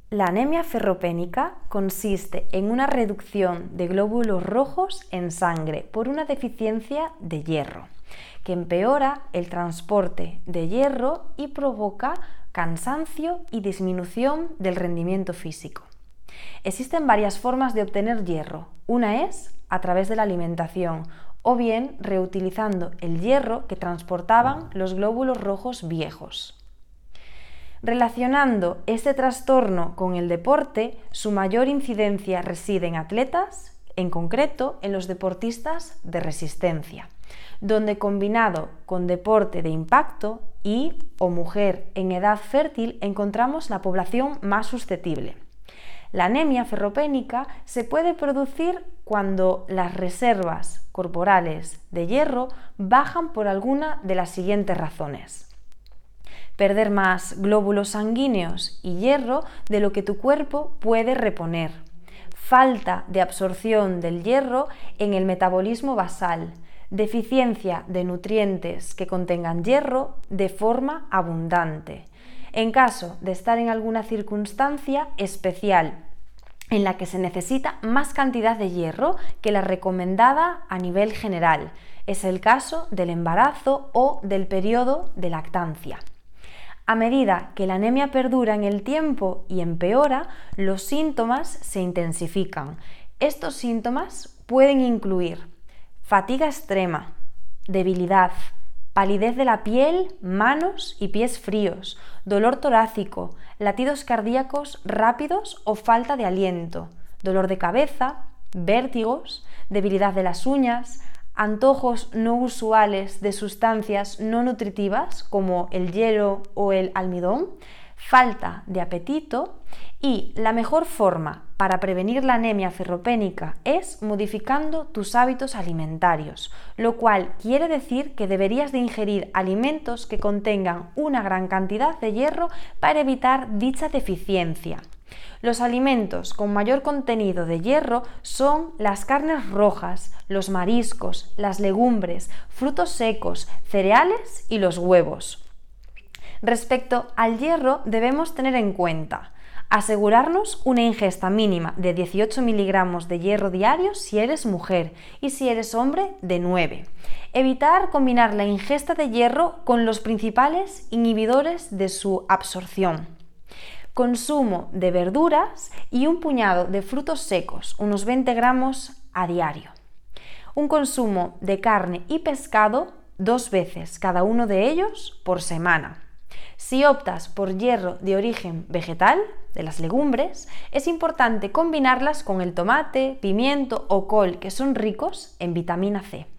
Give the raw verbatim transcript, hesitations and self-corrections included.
La anemia ferropénica consiste en una reducción de glóbulos rojos en sangre por una deficiencia de hierro, que empeora el transporte de hierro y provoca cansancio y disminución del rendimiento físico. Existen varias formas de obtener hierro. Una es a través de la alimentación o bien reutilizando el hierro que transportaban los glóbulos rojos viejos. Relacionando este trastorno con el deporte, su mayor incidencia reside en atletas, en concreto en los deportistas de resistencia, donde combinado con deporte de impacto y o mujer en edad fértil encontramos la población más susceptible. La anemia ferropénica se puede producir cuando las reservas corporales de hierro bajan por alguna de las siguientes razones. Perder más glóbulos sanguíneos y hierro de lo que tu cuerpo puede reponer. Falta de absorción del hierro en el metabolismo basal. Deficiencia de nutrientes que contengan hierro de forma abundante. En caso de estar en alguna circunstancia especial en la que se necesita más cantidad de hierro que la recomendada a nivel general. Es el caso del embarazo o del periodo de lactancia. A medida que la anemia perdura en el tiempo y empeora, los síntomas se intensifican. Estos síntomas pueden incluir fatiga extrema, debilidad, palidez de la piel, manos y pies fríos, dolor torácico, latidos cardíacos rápidos o falta de aliento, dolor de cabeza, vértigos, debilidad de las uñas, antojos no usuales de sustancias no nutritivas como el hielo o el almidón, falta de apetito y la mejor forma para prevenir la anemia ferropénica es modificando tus hábitos alimentarios, lo cual quiere decir que deberías de ingerir alimentos que contengan una gran cantidad de hierro para evitar dicha deficiencia. Los alimentos con mayor contenido de hierro son las carnes rojas, los mariscos, las legumbres, frutos secos, cereales y los huevos. Respecto al hierro, debemos tener en cuenta asegurarnos una ingesta mínima de dieciocho miligramos de hierro diario si eres mujer y si eres hombre de nueve. Evitar combinar la ingesta de hierro con los principales inhibidores de su absorción. Consumo de verduras y un puñado de frutos secos, unos veinte gramos a diario. Un consumo de carne y pescado dos veces cada uno de ellos por semana. Si optas por hierro de origen vegetal, de las legumbres, es importante combinarlas con el tomate, pimiento o col, que son ricos en vitamina ce.